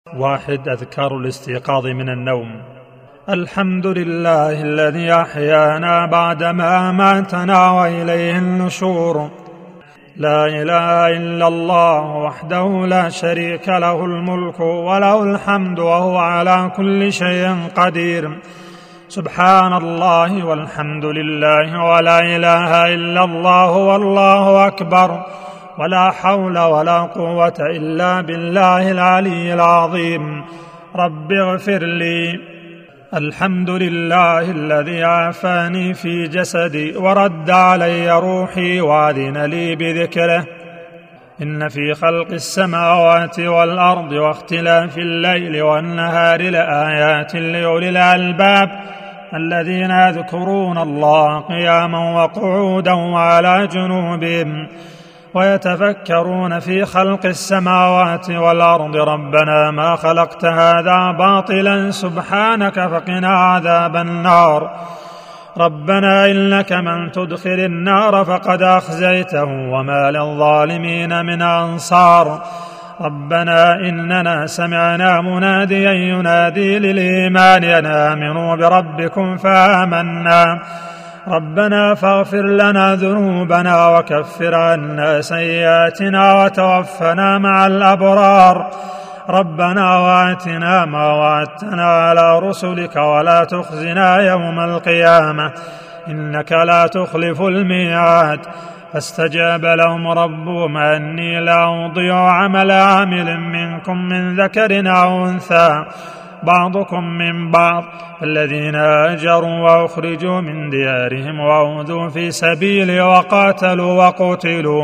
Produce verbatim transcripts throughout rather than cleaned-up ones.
واحد. أذكار الاستيقاظ من النوم. الحمد لله الذي أحيانا بعدما أماتنا وإليه النشور. لا إله إلا الله وحده لا شريك له الملك وله الحمد وهو على كل شيء قدير. سبحان الله والحمد لله ولا إله إلا الله والله أكبر ولا حول ولا قوة إلا بالله العلي العظيم. رب اغفر لي. الحمد لله الذي عافاني في جسدي ورد علي روحي وأذن لي بذكره. إن في خلق السماوات والأرض واختلاف الليل والنهار لآيات لأولي الألباب الذين يذكرون الله قياما وقعودا وعلى جنوبهم ويتفكرون في خلق السماوات والأرض ربنا ما خلقت هذا باطلا سبحانك فقنا عذاب النار. ربنا إنك من تدخل النار فقد أخزيته وما للظالمين من أنصار. ربنا إننا سمعنا مناديا ينادي للإيمان أن آمنوا بربكم فآمنا. ربنا فاغفر لنا ذنوبنا وكفر عنا سيئاتنا وتوفنا مع الأبرار. ربنا وآتنا ما وعدتنا على رسلك ولا تخزنا يوم القيامة إنك لا تخلف الميعاد. فاستجاب لهم ربهم أني لا أضيع عمل عامل منكم من ذكر أو أنثى بعضكم من بعض الذين هاجروا وأخرجوا من ديارهم وأوذوا في سبيلي وقاتلوا وقتلوا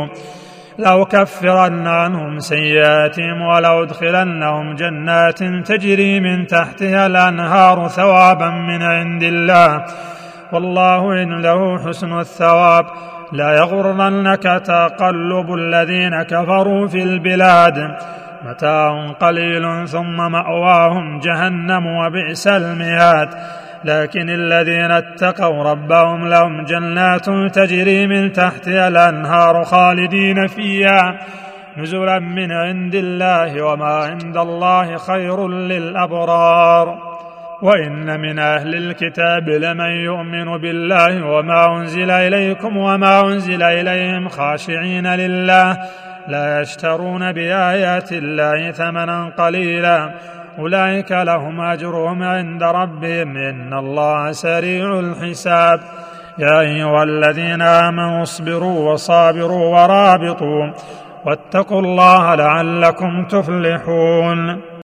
لأكفرن عنهم سيئاتهم ولأدخلنهم جنات تجري من تحتها الأنهار ثوابا من عند الله والله عنده حسن الثواب. لا يغرنك تقلب الذين كفروا في البلاد متاع قليل ثم مأواهم جهنم وبئس المهاد. لكن الذين اتقوا ربهم لهم جنات تجري من تحتها الأنهار خالدين فيها نزلا من عند الله وما عند الله خير للأبرار. وإن من أهل الكتاب لمن يؤمن بالله وما أنزل إليكم وما أنزل إليهم خاشعين لله لا يشترون بآيات الله ثمنا قليلا أولئك لهم أجرهم عند ربهم إن الله سريع الحساب. يا أيها الذين آمنوا اصبروا وصابروا ورابطوا واتقوا الله لعلكم تفلحون.